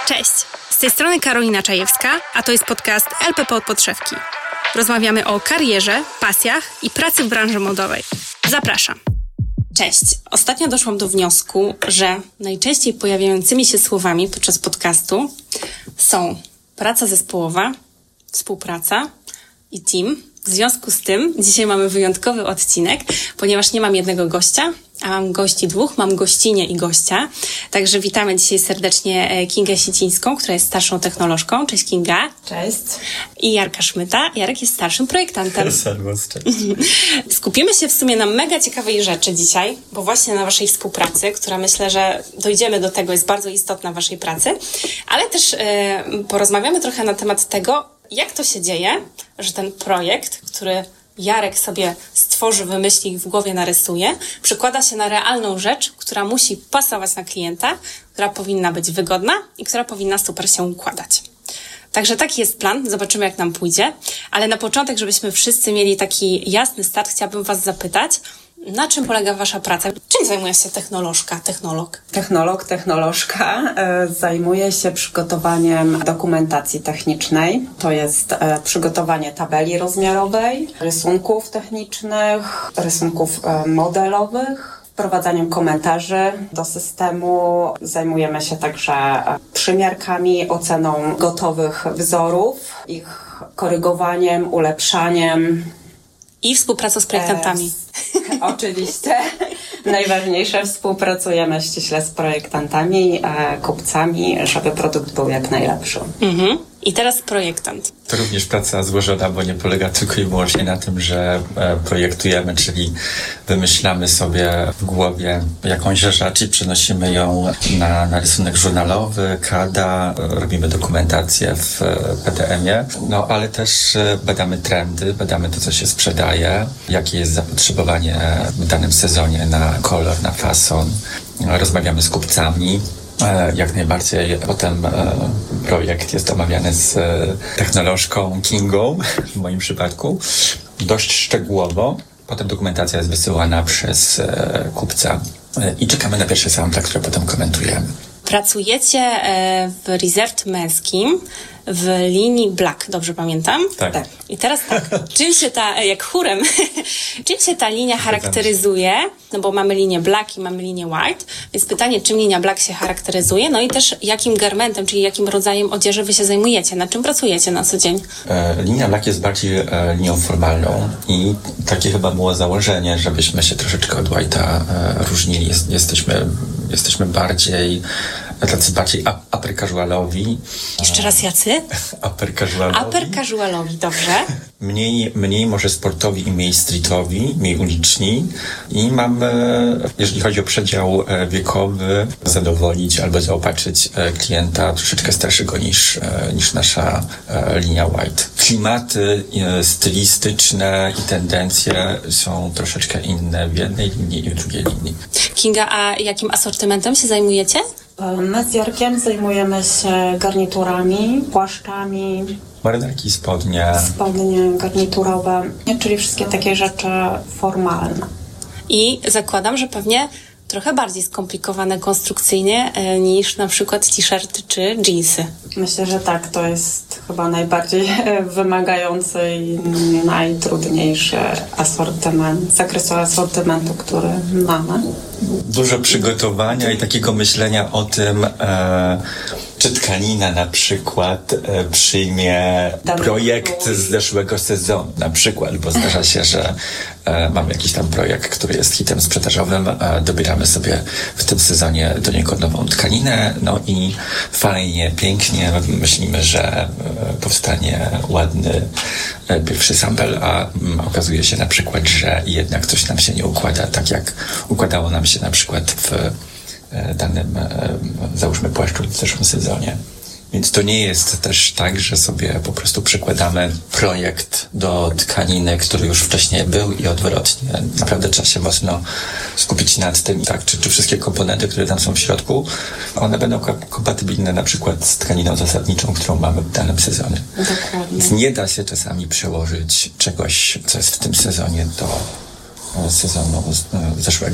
Cześć, z tej strony Karolina Czajewska, a to jest podcast LPP od Podszewki. Rozmawiamy o karierze, pasjach i pracy w branży modowej. Zapraszam. Cześć. Ostatnio doszłam do wniosku, że najczęściej pojawiającymi się słowami podczas podcastu są praca zespołowa, współpraca i team. W związku z tym dzisiaj mamy wyjątkowy odcinek, ponieważ nie mam jednego gościa, a mam gości dwóch, mam gościnię i gościa. Także witamy dzisiaj serdecznie Kingę Sicińską, która jest starszą technolożką. Cześć Kinga. Cześć. I Jarka Szmyta. Jarek jest starszym projektantem. Serwus, cześć. Skupimy się w sumie na mega ciekawej rzeczy dzisiaj, bo właśnie na waszej współpracy, która myślę, że dojdziemy do tego, jest bardzo istotna w waszej pracy, ale też porozmawiamy trochę na temat tego, jak to się dzieje, że ten projekt, który Jarek sobie stworzy, wymyśli i w głowie narysuje, przekłada się na realną rzecz, która musi pasować na klienta, która powinna być wygodna i która powinna super się układać. Także taki jest plan, zobaczymy jak nam pójdzie, ale na początek, żebyśmy wszyscy mieli taki jasny start, chciałabym was zapytać, na czym polega wasza praca? Czym zajmuje się technolog? Technolożka zajmuje się przygotowaniem dokumentacji technicznej. To jest przygotowanie tabeli rozmiarowej, rysunków technicznych, rysunków modelowych, wprowadzaniem komentarzy do systemu. Zajmujemy się także przymiarkami, oceną gotowych wzorów, ich korygowaniem, ulepszaniem. I współpraca z projektantami. Oczywiście. Najważniejsze, współpracujemy ściśle z projektantami, kupcami, żeby produkt był jak najlepszy. I teraz projektant. To również praca złożona, bo nie polega tylko i wyłącznie na tym, że projektujemy, czyli wymyślamy sobie w głowie jakąś rzecz i przenosimy ją na rysunek żurnalowy, CAD-a, robimy dokumentację w PDM-ie, no ale też badamy trendy, badamy to, co się sprzedaje, jakie jest zapotrzebowanie w danym sezonie na kolor, na fason, rozmawiamy z kupcami. Jak najbardziej. Potem projekt jest omawiany z technolożką Kingą, w moim przypadku, dość szczegółowo. Potem dokumentacja jest wysyłana przez kupca i czekamy na pierwsze sample, które potem komentujemy. Pracujecie w Reserved męskim w linii Black, dobrze pamiętam? Tak. I teraz tak, czym się jak chórem, czym się ta linia charakteryzuje? No bo mamy linię Black i mamy linię White, więc pytanie, czym linia Black się charakteryzuje? No i też jakim garmentem, czyli jakim rodzajem odzieży wy się zajmujecie? Nad czym pracujecie na co dzień? Linia Black jest bardziej linią formalną i takie chyba było założenie, żebyśmy się troszeczkę od White'a różnili. Jesteśmy bardziej upper casualowi. Jeszcze raz jacy? Upper casualowi. Upper casualowi, dobrze. Mniej może sportowi i mniej streetowi, mniej uliczni. I mamy, jeżeli chodzi o przedział wiekowy, zadowolić albo zaopatrzyć klienta troszeczkę starszego niż nasza linia White. Klimaty stylistyczne i tendencje są troszeczkę inne w jednej linii i w drugiej linii. Kinga, a jakim asortymentem się zajmujecie? My z Jarkiem zajmujemy się garniturami, płaszczami, Marynarki, spodnie, garniturowe, czyli wszystkie takie rzeczy formalne. I zakładam, że pewnie trochę bardziej skomplikowane konstrukcyjnie niż na przykład t-shirty czy jeansy. Myślę, że tak, to jest chyba najbardziej wymagający i najtrudniejszy asortyment, zakresu asortymentu, który mamy. Dużo przygotowania i takiego myślenia o tym, czy tkanina na przykład przyjmie projekt z zeszłego sezonu na przykład, bo zdarza się, że mamy jakiś tam projekt, który jest hitem sprzedażowym, dobieramy sobie w tym sezonie do niego nową tkaninę, no i fajnie, pięknie myślimy, że powstanie ładny pierwszy sample, a okazuje się na przykład, że jednak coś nam się nie układa tak, jak układało nam się na przykład w danym, załóżmy, płaszczu w zeszłym sezonie. Więc to nie jest też tak, że sobie po prostu przekładamy projekt do tkaniny, który już wcześniej był i odwrotnie. Naprawdę trzeba się mocno skupić nad tym, tak, czy wszystkie komponenty, które tam są w środku, one będą kompatybilne na przykład z tkaniną zasadniczą, którą mamy w danym sezonie. Dokładnie. Więc nie da się czasami przełożyć czegoś, co jest w tym sezonie do sezonu zeszłego.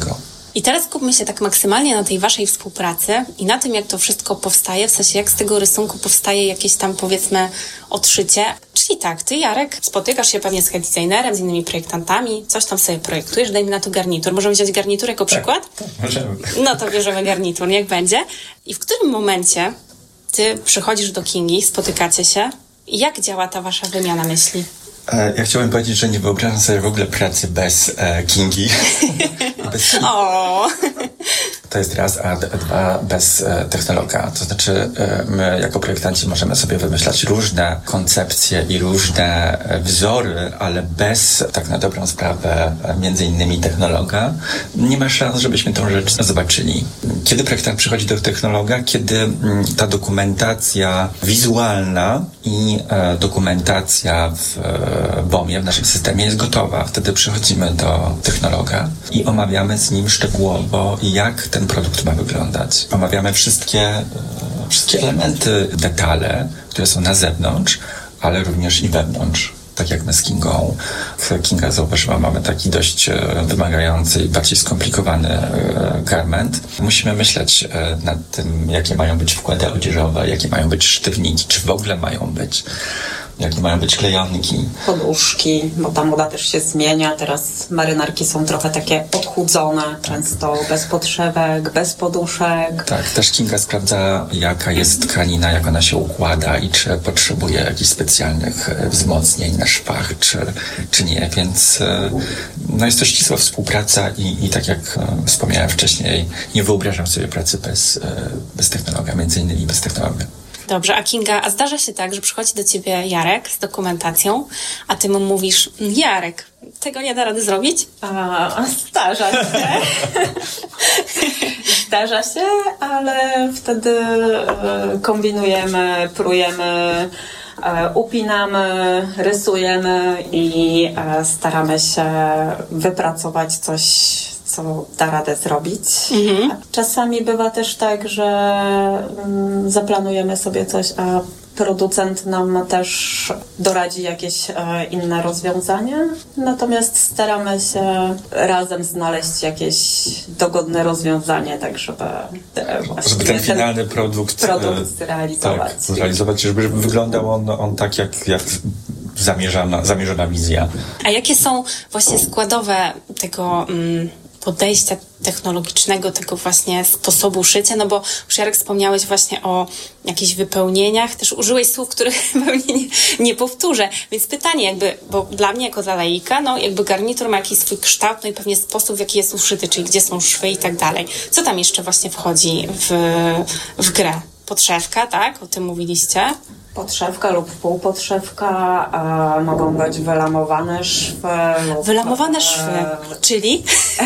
I teraz skupmy się tak maksymalnie na tej waszej współpracy i na tym, jak to wszystko powstaje, w sensie jak z tego rysunku powstaje jakieś tam, powiedzmy, odszycie. Czyli tak, ty, Jarek, spotykasz się pewnie z head designerem, z innymi projektantami, coś tam sobie projektujesz, dajmy na to garnitur. Możemy wziąć garnitur jako przykład? Tak, możemy. No to bierzemy garnitur, niech będzie. I w którym momencie ty przychodzisz do Kingi, spotykacie się i jak działa ta wasza wymiana myśli? Ja chciałbym powiedzieć, że nie wyobrażam sobie w ogóle pracy bez Kingi. Bez Kingi. O. To jest raz, a dwa, bez technologa. To znaczy, my jako projektanci możemy sobie wymyślać różne koncepcje i różne wzory, ale bez, tak na dobrą sprawę, między innymi technologa, nie ma szans, żebyśmy tą rzecz zobaczyli. Kiedy projektant przychodzi do technologa? Kiedy ta dokumentacja wizualna i dokumentacja w BOM-ie, w naszym systemie jest gotowa. Wtedy przychodzimy do technologa i omawiamy z nim szczegółowo, jak ten produkt ma wyglądać. Omawiamy wszystkie elementy, detale, które są na zewnątrz, ale również i wewnątrz. Tak jak my z Kingą. Kinga zauważyła, mamy taki dość wymagający i bardziej skomplikowany garment. Musimy myśleć nad tym, jakie mają być wkłady odzieżowe, jakie mają być sztywniki, czy w ogóle mają być, jakie mają być klejonki. Poduszki, bo ta moda też się zmienia. Teraz marynarki są trochę takie odchudzone, często bez podszewek, bez poduszek. Tak, też Kinga sprawdza, jaka jest tkanina, jak ona się układa i czy potrzebuje jakichś specjalnych wzmocnień na szwach, czy nie. Więc no jest to ścisła współpraca i tak jak wspomniałem wcześniej, nie wyobrażam sobie pracy bez technologa, między innymi bez technologa. Dobrze, a Kinga, a zdarza się tak, że przychodzi do ciebie Jarek z dokumentacją, a ty mu mówisz, Jarek, tego nie da rady zrobić? Zdarza się. Zdarza się, ale wtedy kombinujemy, prójemy, upinamy, rysujemy i staramy się wypracować coś, co da radę zrobić. Czasami bywa też tak, że zaplanujemy sobie coś, a producent nam też doradzi jakieś inne rozwiązanie. Natomiast staramy się razem znaleźć jakieś dogodne rozwiązanie, tak żeby ten finalny produkt zrealizować. Tak, zrealizować, żeby wyglądał on tak, jak zamierzona wizja. A jakie są właśnie składowe tego podejścia technologicznego, tego właśnie sposobu szycia, no bo już Jarek wspomniałeś właśnie o jakichś wypełnieniach, też użyłeś słów, których pewnie nie powtórzę, więc pytanie jakby, bo dla mnie jako dla laika, no jakby garnitur ma jakiś swój kształt, no i pewnie sposób, w jaki jest uszyty, czyli gdzie są szwy i tak dalej. Co tam jeszcze właśnie wchodzi w grę? Podszewka, tak? O tym mówiliście. Podszewka lub półpodszewka, mogą być wylamowane szwy. Wylamowane szwy, czyli?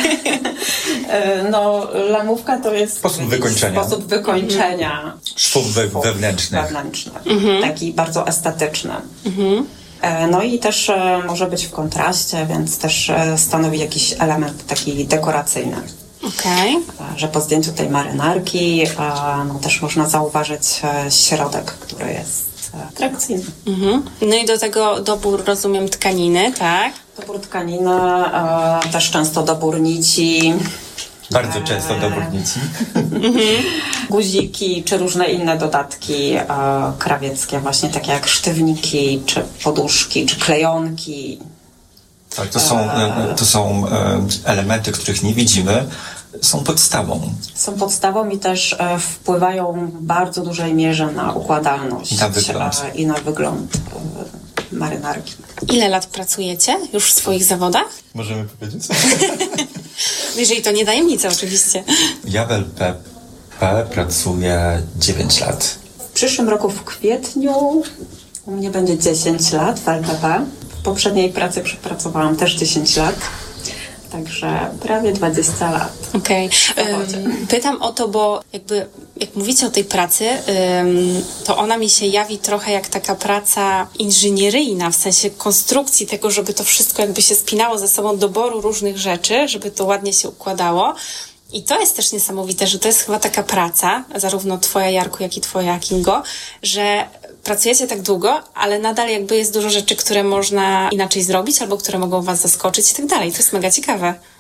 No, lamówka to jest sposób wykończenia szwów wewnętrznych. Taki bardzo estetyczny. No i też może być w kontraście, więc też stanowi jakiś element taki dekoracyjny. Okej. Że po zdjęciu tej marynarki no, też można zauważyć środek, który jest atrakcyjny. No i do tego dobór, rozumiem, tkaniny, tak? Dobór tkaniny, też często dobór nici. Bardzo często dobór nici. Guziki, czy różne inne dodatki krawieckie, właśnie takie jak sztywniki, czy poduszki, czy klejonki. Tak, to są elementy, których nie widzimy, są podstawą. Są podstawą i też wpływają w bardzo dużej mierze na układalność i na wygląd marynarki. Ile lat pracujecie już w swoich zawodach? Możemy powiedzieć? Jeżeli to nie tajemnica, oczywiście. Ja w LPP pracuję 9 lat. W przyszłym roku w kwietniu u mnie będzie 10 lat w LPP. W poprzedniej pracy przepracowałam też 10 lat. Także prawie 20 lat. Okej. Pytam o to, bo jakby jak mówicie o tej pracy, to ona mi się jawi trochę jak taka praca inżynieryjna, w sensie konstrukcji tego, żeby to wszystko jakby się spinało ze sobą, doboru różnych rzeczy, żeby to ładnie się układało. I to jest też niesamowite, że to jest chyba taka praca, zarówno twoja, Jarku, jak i twoja, Kingo, że pracujecie tak długo, ale nadal jakby jest dużo rzeczy, które można inaczej zrobić, albo które mogą was zaskoczyć i tak dalej. To jest mega ciekawe.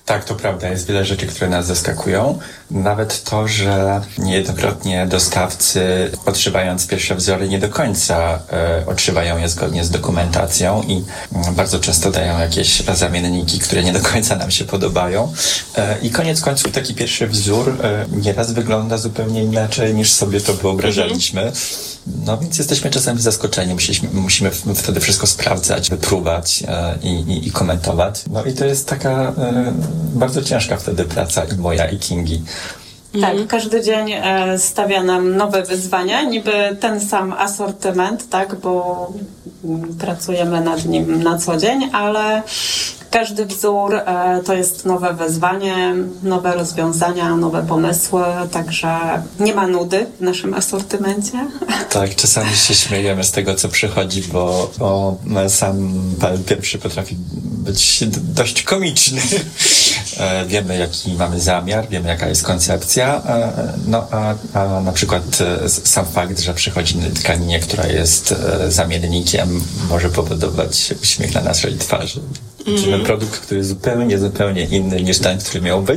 Tak, to prawda. Jest wiele rzeczy, które nas zaskakują. Nawet to, że niejednokrotnie dostawcy, odszywając pierwsze wzory, nie do końca odszywają je zgodnie z dokumentacją i bardzo często dają jakieś zamienniki, które nie do końca nam się podobają. I koniec końców taki pierwszy wzór nieraz wygląda zupełnie inaczej, niż sobie to wyobrażaliśmy. No więc jesteśmy czasami zaskoczeni. Musimy wtedy wszystko sprawdzać, wypróbować i komentować. No i to jest taka bardzo ciężka wtedy praca i moja, i Kingi. Tak, każdy dzień stawia nam nowe wyzwania, niby ten sam asortyment, tak, bo pracujemy nad nim na co dzień, ale każdy wzór to jest nowe wyzwanie, nowe rozwiązania, nowe pomysły, także nie ma nudy w naszym asortymencie. Tak, czasami się śmiejemy z tego, co przychodzi, bo sam pan pierwszy potrafi być dość komiczny. Wiemy, jaki mamy zamiar, wiemy, jaka jest koncepcja, no a na przykład sam fakt, że przychodzi tkaninie, która jest zamiennikiem, może powodować uśmiech na naszej twarzy. Widzimy produkt, który jest zupełnie inny niż ten, który miał być.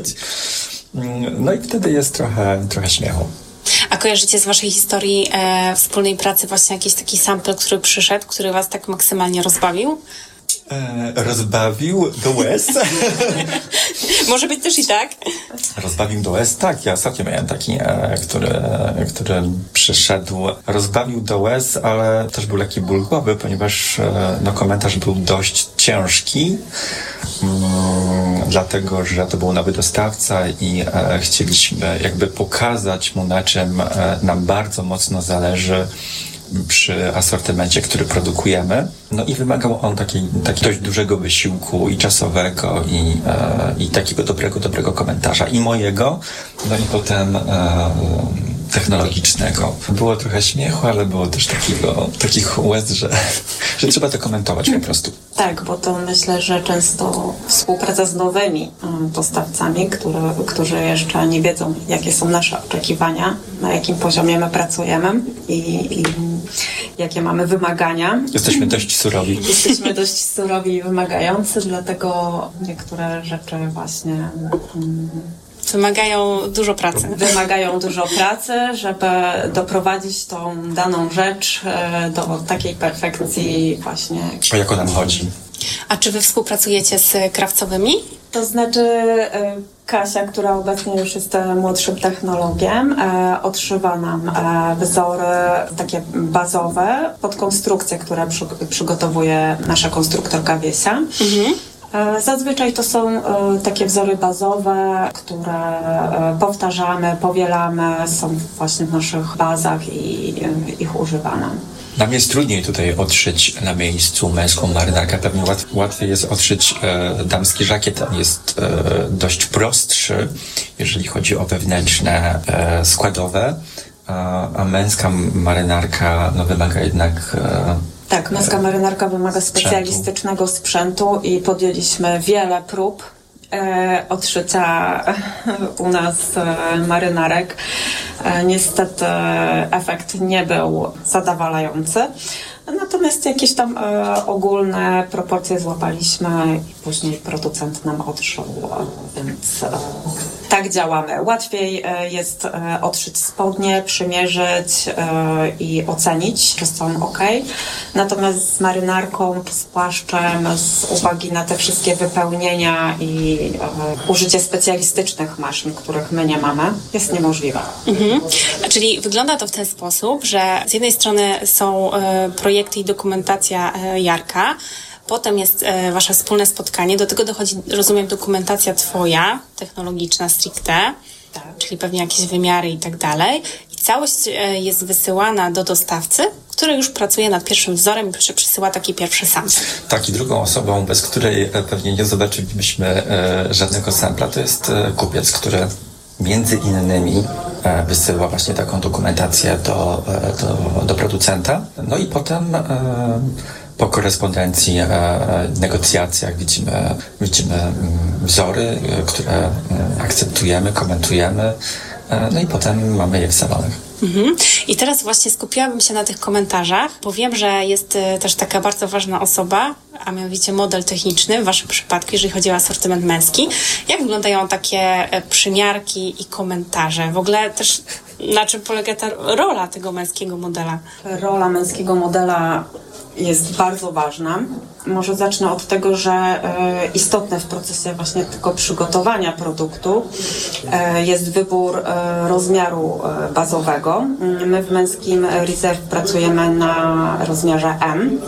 No i wtedy jest trochę śmiechu. A kojarzycie z waszej historii wspólnej pracy właśnie jakiś taki sample, który przyszedł, który was tak maksymalnie rozbawił? Rozbawił do łez. Może być też i tak. Rozbawił do łez? Tak, ja ostatnio miałem taki, który przyszedł. Rozbawił do łez, ale też był lekki ból głowy, ponieważ komentarz był dość ciężki, dlatego, że to był nowy dostawca i chcieliśmy jakby pokazać mu, na czym nam bardzo mocno zależy przy asortymencie, który produkujemy. No i wymagał on takiego dość dużego wysiłku i czasowego i takiego dobrego komentarza. I mojego, no i potem technologicznego. Było trochę śmiechu, ale było też takich łez, że trzeba to komentować po prostu. Tak, bo to myślę, że często współpraca z nowymi dostawcami, którzy jeszcze nie wiedzą, jakie są nasze oczekiwania, na jakim poziomie my pracujemy i jakie mamy wymagania. Jesteśmy dość surowi. Jesteśmy dość surowi i wymagający, dlatego niektóre rzeczy właśnie wymagają dużo pracy. Wymagają dużo pracy, żeby doprowadzić tą daną rzecz do takiej perfekcji właśnie. O jaką nam chodzi? A czy wy współpracujecie z krawcowymi? To znaczy Kasia, która obecnie już jest młodszym technologiem, odszywa nam wzory takie bazowe pod konstrukcje, które przygotowuje nasza konstruktorka Wiesia. Zazwyczaj to są takie wzory bazowe, które powtarzamy, powielamy, są właśnie w naszych bazach i ich używamy. Nam jest trudniej tutaj odszyć na miejscu męską marynarkę. Pewnie łatwiej jest odszyć damski żakiet. On jest dość prostszy, jeżeli chodzi o wewnętrzne składowe, a męska marynarka wymaga jednak tak, męska marynarka wymaga specjalistycznego sprzętu i podjęliśmy wiele prób odszycia u nas marynarek. Niestety efekt nie był zadowalający. Natomiast jakieś tam ogólne proporcje złapaliśmy i później producent nam odszył, więc tak działamy. Łatwiej jest odszyć spodnie, przymierzyć i ocenić, że są ok. Natomiast z marynarką, z płaszczem, z uwagi na te wszystkie wypełnienia i użycie specjalistycznych maszyn, których my nie mamy, jest niemożliwe. Czyli wygląda to w ten sposób, że z jednej strony są projekty i dokumentacja Jarka, potem jest wasze wspólne spotkanie, do tego dochodzi, rozumiem, dokumentacja twoja, technologiczna stricte, tak, czyli pewnie jakieś wymiary i tak dalej. I całość jest wysyłana do dostawcy, który już pracuje nad pierwszym wzorem i przysyła taki pierwszy sample. Tak, i drugą osobą, bez której pewnie nie zobaczylibyśmy żadnego sampla, to jest kupiec, który między innymi wysyła właśnie taką dokumentację do producenta. No i potem po korespondencji, negocjacjach widzimy wzory, które akceptujemy, komentujemy no i potem mamy je w salonach. I teraz właśnie skupiłabym się na tych komentarzach, bo wiem, że jest też taka bardzo ważna osoba, a mianowicie model techniczny w waszym przypadku, jeżeli chodzi o asortyment męski. Jak wyglądają takie przymiarki i komentarze? W ogóle też na czym polega ta rola tego męskiego modela? Rola męskiego modela jest bardzo ważna. Może zacznę od tego, że istotne w procesie właśnie tego przygotowania produktu jest wybór rozmiaru bazowego. My w męskim Reserve pracujemy na rozmiarze M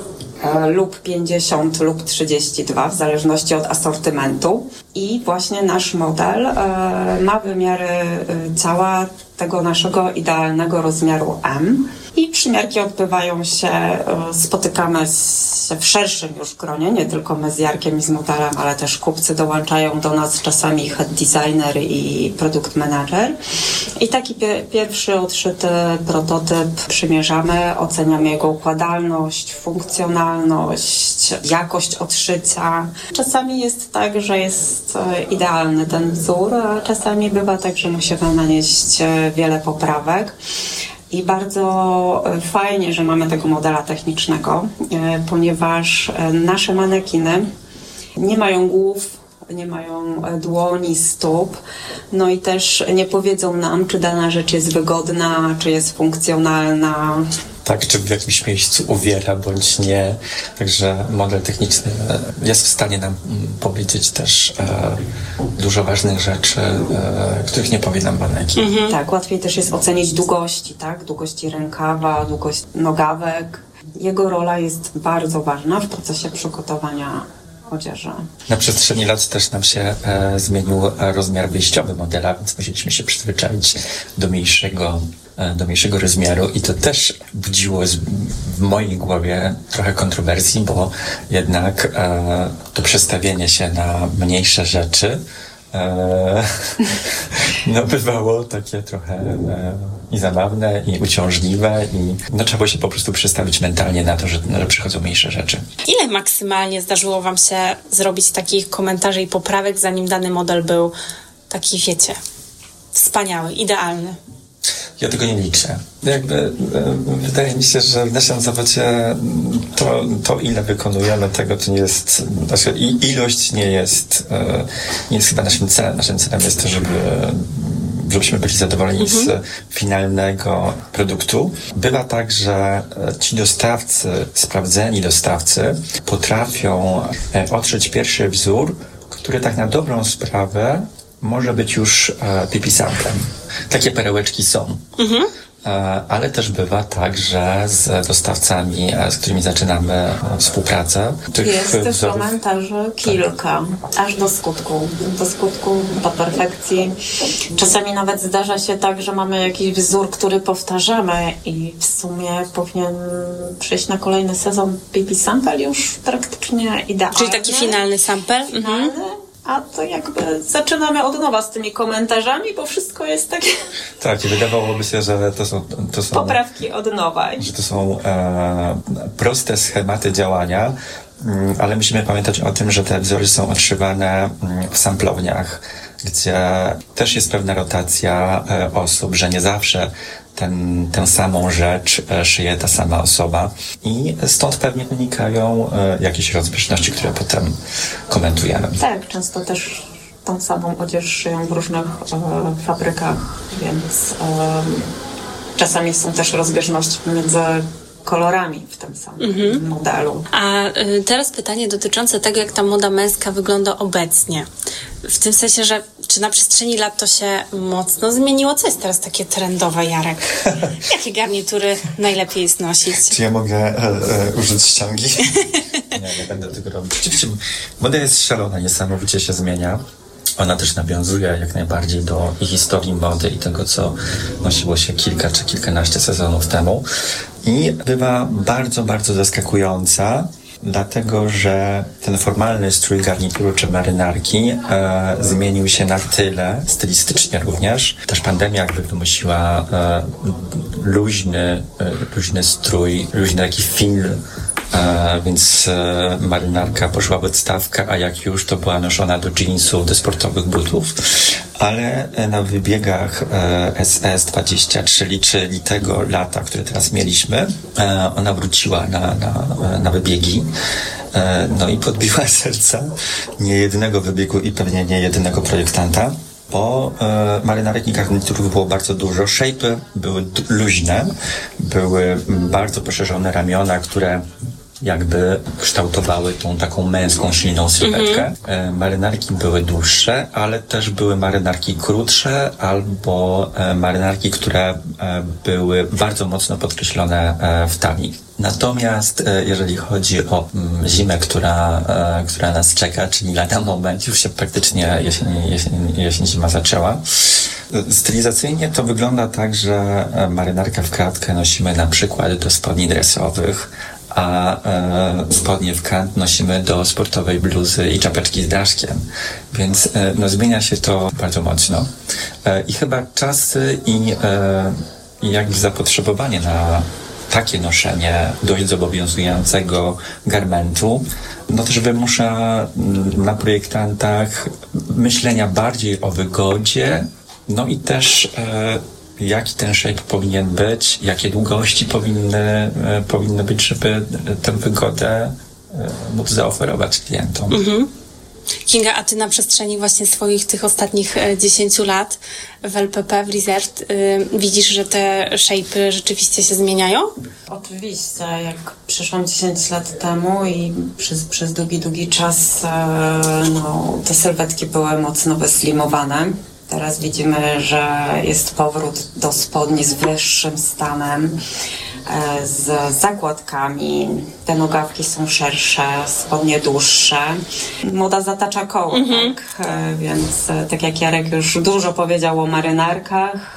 lub 50 lub 32 w zależności od asortymentu i właśnie nasz model ma wymiary ciała tego naszego idealnego rozmiaru M i przymiarki odbywają się, spotykamy się w szerszym już gronie, nie tylko my z Jarkiem i z modelem, ale też kupcy dołączają do nas czasami head designer i product manager i taki pierwszy odszyty prototyp przymierzamy, oceniamy jego układalność, funkcjonalność, jakość odszycia. Czasami jest tak, że jest idealny ten wzór, a czasami bywa tak, że musimy nanieść wiele poprawek. I bardzo fajnie, że mamy tego modela technicznego, ponieważ nasze manekiny nie mają głów, nie mają dłoni, stóp, no i też nie powiedzą nam, czy dana rzecz jest wygodna, czy jest funkcjonalna. Tak, czy w jakimś miejscu uwiera, bądź nie. Także model techniczny jest w stanie nam powiedzieć też dużo ważnych rzeczy, których nie powie nam manekin. Tak, łatwiej też jest ocenić długości, tak? Długości rękawa, długość nogawek. Jego rola jest bardzo ważna w procesie przygotowania odzieży. Na przestrzeni lat też nam się zmienił rozmiar wyjściowy modela, więc musieliśmy się przyzwyczaić do mniejszego rozmiaru i to też budziło w mojej głowie trochę kontrowersji, bo jednak to przestawienie się na mniejsze rzeczy no bywało takie trochę i zabawne, i uciążliwe i no trzeba było się po prostu przestawić mentalnie na to, że przychodzą mniejsze rzeczy. Ile maksymalnie zdarzyło wam się zrobić takich komentarzy i poprawek, zanim dany model był taki, wiecie, wspaniały, idealny? Ja tego nie liczę. Jakby wydaje mi się, że w naszym zawodzie to ile wykonujemy tego, to nie jest, znaczy ilość nie jest chyba naszym celem. Naszym celem jest to, żebyśmy byli zadowoleni z finalnego produktu. Bywa tak, że ci sprawdzeni dostawcy potrafią otrzeć pierwszy wzór, który tak na dobrą sprawę może być już pipi samplem. Takie perełeczki są. Ale też bywa tak, że z dostawcami, z którymi zaczynamy współpracę, jest też komentarzy kilka, aż do skutku, do perfekcji. Czasami nawet zdarza się tak, że mamy jakiś wzór, który powtarzamy i w sumie powinien przyjść na kolejny sezon pipi sample już praktycznie idealny. Czyli taki finalny sample? A to jakby zaczynamy od nowa z tymi komentarzami, bo wszystko jest takie... Tak, i wydawałoby się, że to są poprawki od nowa. Że to są proste schematy działania, ale musimy pamiętać o tym, że te wzory są odszywane w samplowniach, gdzie też jest pewna rotacja osób, że nie zawsze tę samą rzecz szyje ta sama osoba i stąd pewnie wynikają jakieś rozbieżności, które potem komentujemy. Tak, często też tą samą odzież szyją w różnych fabrykach, więc czasami są też rozbieżności między kolorami w tym samym modelu. A teraz pytanie dotyczące tego, jak ta moda męska wygląda obecnie. W tym sensie, że czy na przestrzeni lat to się mocno zmieniło? Co jest teraz takie trendowe, Jarek? Jakie garnitury najlepiej jest nosić? Czy ja mogę użyć ściągi? Nie będę tego robić. Oczywiście moda jest szalona, niesamowicie się zmienia. Ona też nawiązuje jak najbardziej do historii mody i tego, co nosiło się kilka czy kilkanaście sezonów temu. I bywa bardzo, bardzo zaskakująca, dlatego że ten formalny strój garnituru czy marynarki zmienił się na tyle, stylistycznie również. Też pandemia jakby wymusiła luźny strój, luźny taki film, więc marynarka poszła w odstawkę, a jak już to była noszona do jeansów, do sportowych butów. Ale na wybiegach SS23, czyli tego lata, które teraz mieliśmy, ona wróciła na wybiegi. No i podbiła serca niejednego wybiegu i pewnie niejednego projektanta, bo marynarek i garniturów było bardzo dużo. Shape'y były luźne, były bardzo poszerzone ramiona, które jakby kształtowały tą taką męską, silną sylwetkę. Marynarki były dłuższe, ale też były marynarki krótsze albo marynarki, które były bardzo mocno podkreślone w talii. Natomiast jeżeli chodzi o zimę, która nas czeka, czyli lada moment, już się praktycznie jesień-zima zaczęła. Stylizacyjnie to wygląda tak, że marynarkę w kratkę nosimy na przykład do spodni dresowych, a spodnie w kant nosimy do sportowej bluzy i czapeczki z daszkiem. Więc zmienia się to bardzo mocno. I chyba czasy i jakby zapotrzebowanie na takie noszenie dość zobowiązującego garmentu, no też wymusza na projektantach myślenia bardziej o wygodzie, no i też jaki ten shape powinien być, jakie długości powinny być, żeby tę wygodę móc zaoferować klientom. Kinga, a ty na przestrzeni właśnie swoich tych ostatnich 10 lat w LPP, w Reserved, widzisz, że te shape'y rzeczywiście się zmieniają? Oczywiście, jak przyszłam 10 lat temu i przez długi czas te sylwetki były mocno wyslimowane. Teraz widzimy, że jest powrót do spodni z wyższym stanem, z zakładkami. Te nogawki są szersze, spodnie dłuższe. Moda zatacza koło, tak? Więc tak jak Jarek już dużo powiedział o marynarkach,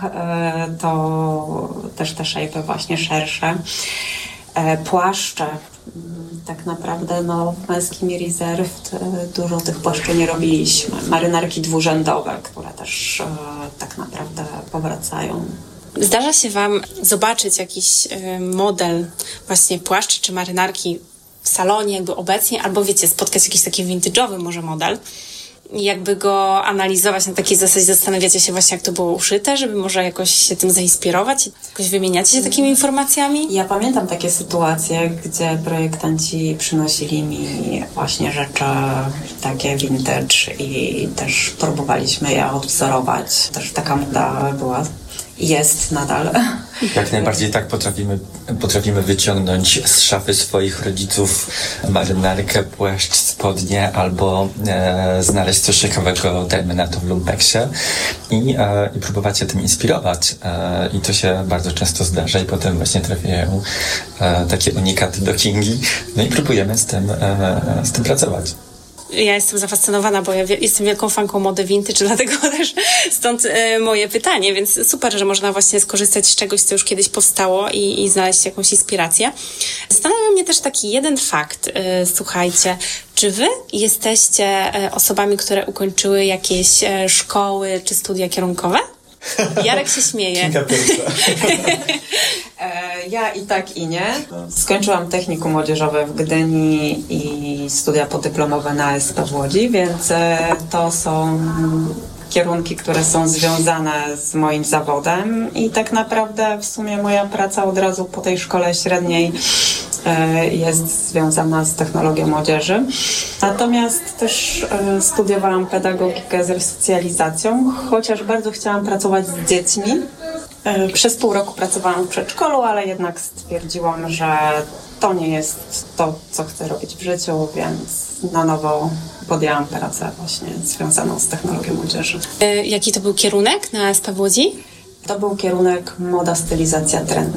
to też te shape'y właśnie szersze. Płaszcze. Tak naprawdę w męskim Reserved dużo tych płaszczy nie robiliśmy. Marynarki dwurzędowe, które też tak naprawdę powracają. Zdarza się wam zobaczyć jakiś model właśnie płaszczy czy marynarki w salonie jakby obecnie, albo wiecie, spotkać jakiś taki vintage'owy może model i jakby go analizować na takiej zasadzie, zastanawiacie się właśnie, jak to było uszyte, żeby może jakoś się tym zainspirować i jakoś wymieniacie się takimi informacjami? Ja pamiętam takie sytuacje, gdzie projektanci przynosili mi właśnie rzeczy takie vintage i też próbowaliśmy je odwzorować. Też taka moda była. Jest nadal. Jak najbardziej tak potrafimy wyciągnąć z szafy swoich rodziców marynarkę, płaszcz, spodnie albo znaleźć coś ciekawego, dajmy na to w lumpeksie i próbować się tym inspirować. I to się bardzo często zdarza i potem właśnie trafiają takie unikaty do Kingi. No i próbujemy z tym pracować. Ja jestem zafascynowana, bo ja jestem wielką fanką mody vintage, dlatego też stąd moje pytanie, więc super, że można właśnie skorzystać z czegoś, co już kiedyś powstało i znaleźć jakąś inspirację. Zastanawia mnie też taki jeden fakt. Słuchajcie, czy wy jesteście osobami, które ukończyły jakieś szkoły czy studia kierunkowe? Jarek się śmieje. Kinga pierwsza. Ja i tak, i nie. Skończyłam technikum młodzieżowe w Gdyni i studia podyplomowe na ASP w Łodzi, więc to są kierunki, które są związane z moim zawodem i tak naprawdę w sumie moja praca od razu po tej szkole średniej jest związana z technologią młodzieży. Natomiast też studiowałam pedagogikę z resocjalizacją, chociaż bardzo chciałam pracować z dziećmi. Przez pół roku pracowałam w przedszkolu, ale jednak stwierdziłam, że to nie jest to, co chcę robić w życiu, więc na nowo podjęłam pracę właśnie związaną z technologią młodzieży. Jaki to był kierunek na ASP w Łodzi? To był kierunek moda, stylizacja, trendy.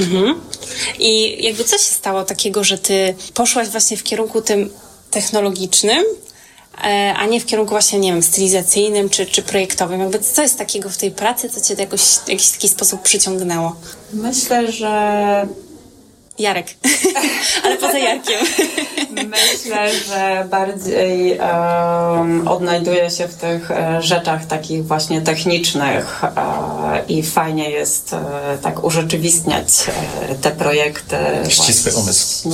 I jakby co się stało takiego, że ty poszłaś właśnie w kierunku tym technologicznym, a nie w kierunku właśnie, nie wiem, stylizacyjnym czy projektowym? Jakby co jest takiego w tej pracy, co cię w jakiś taki sposób przyciągnęło? Myślę, że Jarek. Ale poza Jarkiem. Myślę, że bardziej odnajduję się w tych rzeczach takich właśnie technicznych i fajnie jest tak urzeczywistniać te projekty ścisły umysł.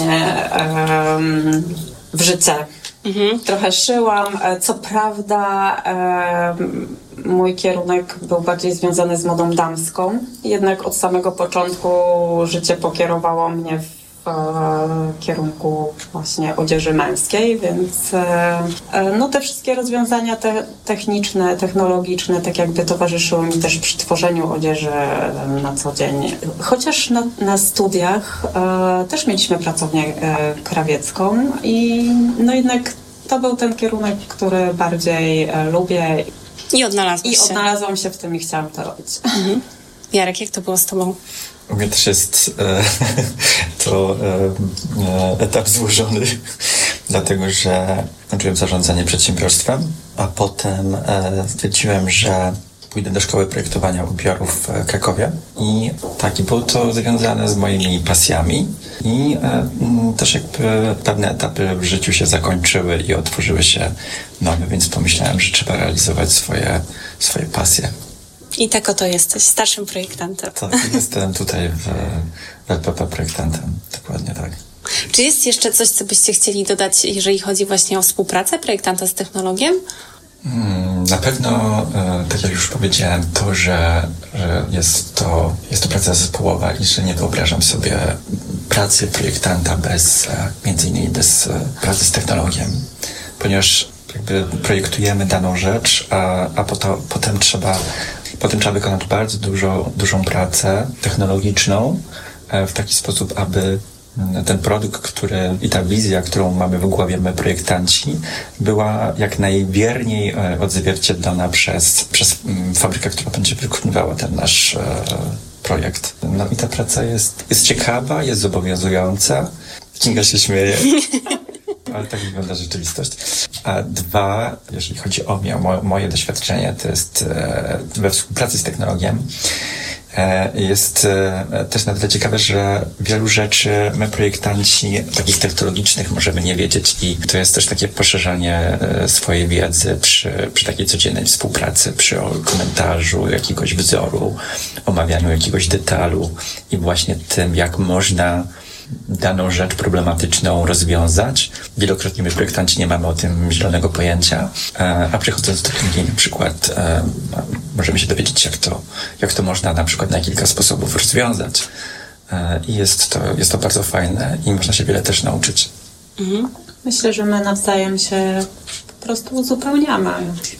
W życie. Trochę szyłam. Co prawda mój kierunek był bardziej związany z modą damską. Jednak od samego początku życie pokierowało mnie w kierunku właśnie odzieży męskiej, więc no te wszystkie rozwiązania techniczne, technologiczne tak jakby towarzyszyły mi też przy tworzeniu odzieży na co dzień. Chociaż na studiach też mieliśmy pracownię krawiecką i no jednak to był ten kierunek, który bardziej lubię. I odnalazłam się w tym i chciałam to robić. Mhm. Jarek, jak to było z tobą? U mnie też jest to etap złożony, dlatego że kończyłem zarządzanie przedsiębiorstwem, a potem stwierdziłem, że pójdę do szkoły projektowania ubiorów w Krakowie i było to związane z moimi pasjami i też jakby pewne etapy w życiu się zakończyły i otworzyły się nowe, więc pomyślałem, że trzeba realizować swoje pasje. I tak oto jesteś, starszym projektantem. Tak, jestem tutaj w LPP projektantem, dokładnie tak. Czy jest jeszcze coś, co byście chcieli dodać, jeżeli chodzi właśnie o współpracę projektanta z technologiem? Na pewno, tak jak już powiedziałem, to, że jest to praca zespołowa i że nie wyobrażam sobie pracy projektanta między innymi bez pracy z technologiem, ponieważ jakby projektujemy daną rzecz, a potem trzeba wykonać bardzo dużą pracę technologiczną w taki sposób, aby ten produkt, i ta wizja, którą mamy w głowie my projektanci, była jak najwierniej odzwierciedlona przez fabrykę, która będzie wykonywała ten nasz projekt. No i ta praca jest ciekawa, jest zobowiązująca. Kinga się śmieje. Ale tak wygląda rzeczywistość. A dwa, jeżeli chodzi o moje doświadczenie, to jest we współpracy z technologiem. Jest też na tyle ciekawe, że wielu rzeczy my projektanci takich technologicznych możemy nie wiedzieć i to jest też takie poszerzanie swojej wiedzy przy takiej codziennej współpracy, przy komentarzu jakiegoś wzoru, omawianiu jakiegoś detalu i właśnie tym, jak można daną rzecz problematyczną rozwiązać. Wielokrotnie my projektanci nie mamy o tym zielonego pojęcia, a przechodząc do technologii na przykład możemy się dowiedzieć, jak to można na przykład na kilka sposobów rozwiązać. I jest to bardzo fajne i można się wiele też nauczyć. Mhm. Myślę, że my nawzajem się po prostu uzupełniamy.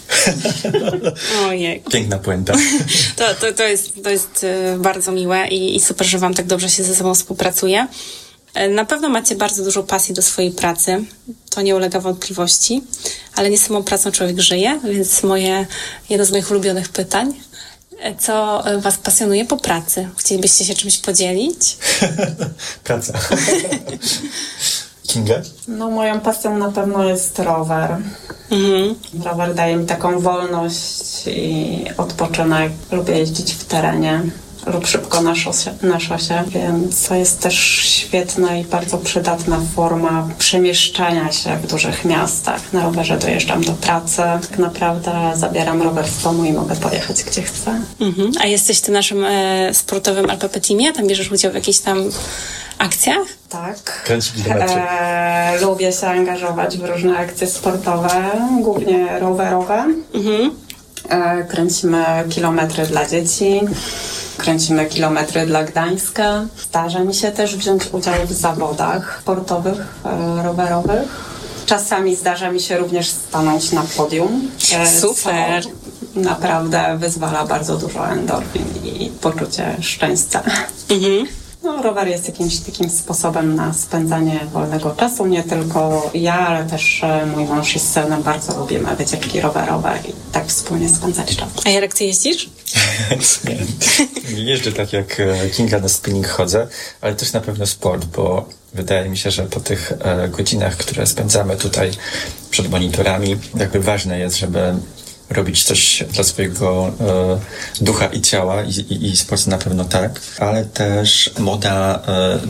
Ojej. Piękna puenta. To jest bardzo miłe i super, że wam tak dobrze się ze sobą współpracuje. Na pewno macie bardzo dużo pasji do swojej pracy. To nie ulega wątpliwości. Ale nie samą pracą człowiek żyje, więc jedno z moich ulubionych pytań. Co was pasjonuje po pracy? Chcielibyście się czymś podzielić? Praca. Kinga? No moją pasją na pewno jest rower. Mhm. Rower daje mi taką wolność i odpoczynek. Lubię jeździć w terenie lub szybko na szosie, więc to jest też świetna i bardzo przydatna forma przemieszczania się w dużych miastach. Na rowerze dojeżdżam do pracy. Tak naprawdę zabieram rower z domu i mogę pojechać gdzie chcę. Mhm. A jesteś w tym naszym sportowym LPP teamie? Tam bierzesz udział w jakichś tam akcjach? Tak. Lubię się angażować w różne akcje sportowe, głównie rowerowe. Mhm. Kręcimy kilometry dla dzieci. Kręcimy kilometry dla Gdańska. Zdarza mi się też wziąć udział w zawodach sportowych, rowerowych. Czasami zdarza mi się również stanąć na podium. Super! Naprawdę wyzwala bardzo dużo endorfin i poczucie szczęścia. Mhm. No, rower jest jakimś takim sposobem na spędzanie wolnego czasu. Nie tylko ja, ale też mój mąż i syn bardzo lubimy wycieczki rowerowe i tak wspólnie spędzać czas. A Jarek, ty jeździsz? Nie jeżdżę tak jak Kinga na spinning chodzę, ale też na pewno sport, bo wydaje mi się, że po tych godzinach, które spędzamy tutaj przed monitorami, jakby ważne jest, żeby robić coś dla swojego ducha i ciała i sport na pewno tak, ale też moda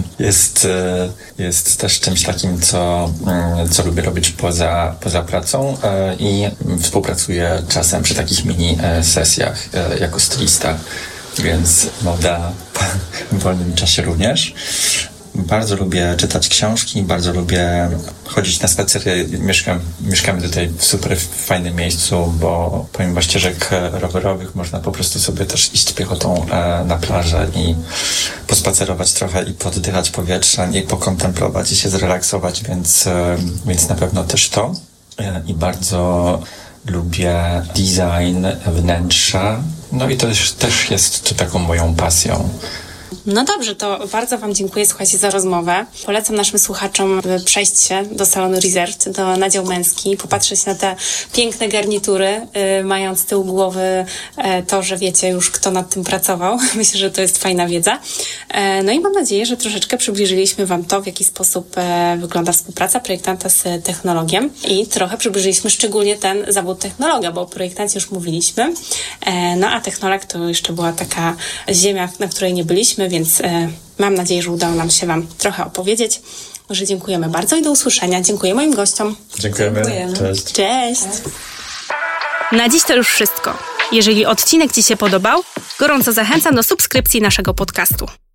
jest też czymś takim, co lubię robić poza pracą i współpracuję czasem przy takich mini sesjach jako stylista, więc moda w wolnym czasie również. bardzo lubię czytać książki, bardzo lubię chodzić na spacery. Mieszkamy tutaj w super fajnym miejscu, bo pomimo ścieżek rowerowych można po prostu sobie też iść piechotą na plażę i pospacerować trochę i poddychać powietrzem i pokontemplować i się zrelaksować, więc na pewno też to. I bardzo lubię design wnętrza. No i to też jest taką moją pasją. No dobrze, to bardzo Wam dziękuję, słuchajcie, za rozmowę. Polecam naszym słuchaczom przejść się do salonu Reserved, na dział męski, popatrzeć na te piękne garnitury, mając z tyłu głowy to, że wiecie już, kto nad tym pracował. Myślę, że to jest fajna wiedza. No i mam nadzieję, że troszeczkę przybliżyliśmy Wam to, w jaki sposób wygląda współpraca projektanta z technologiem i trochę przybliżyliśmy szczególnie ten zawód technologa, bo o projektancie już mówiliśmy, no a technolog to jeszcze była taka ziemia, na której nie byliśmy, więc mam nadzieję, że udało nam się Wam trochę opowiedzieć. Że dziękujemy bardzo i do usłyszenia. Dziękuję moim gościom. Dziękujemy. Cześć. Cześć. Na dziś to już wszystko. Jeżeli odcinek Ci się podobał, gorąco zachęcam do subskrypcji naszego podcastu.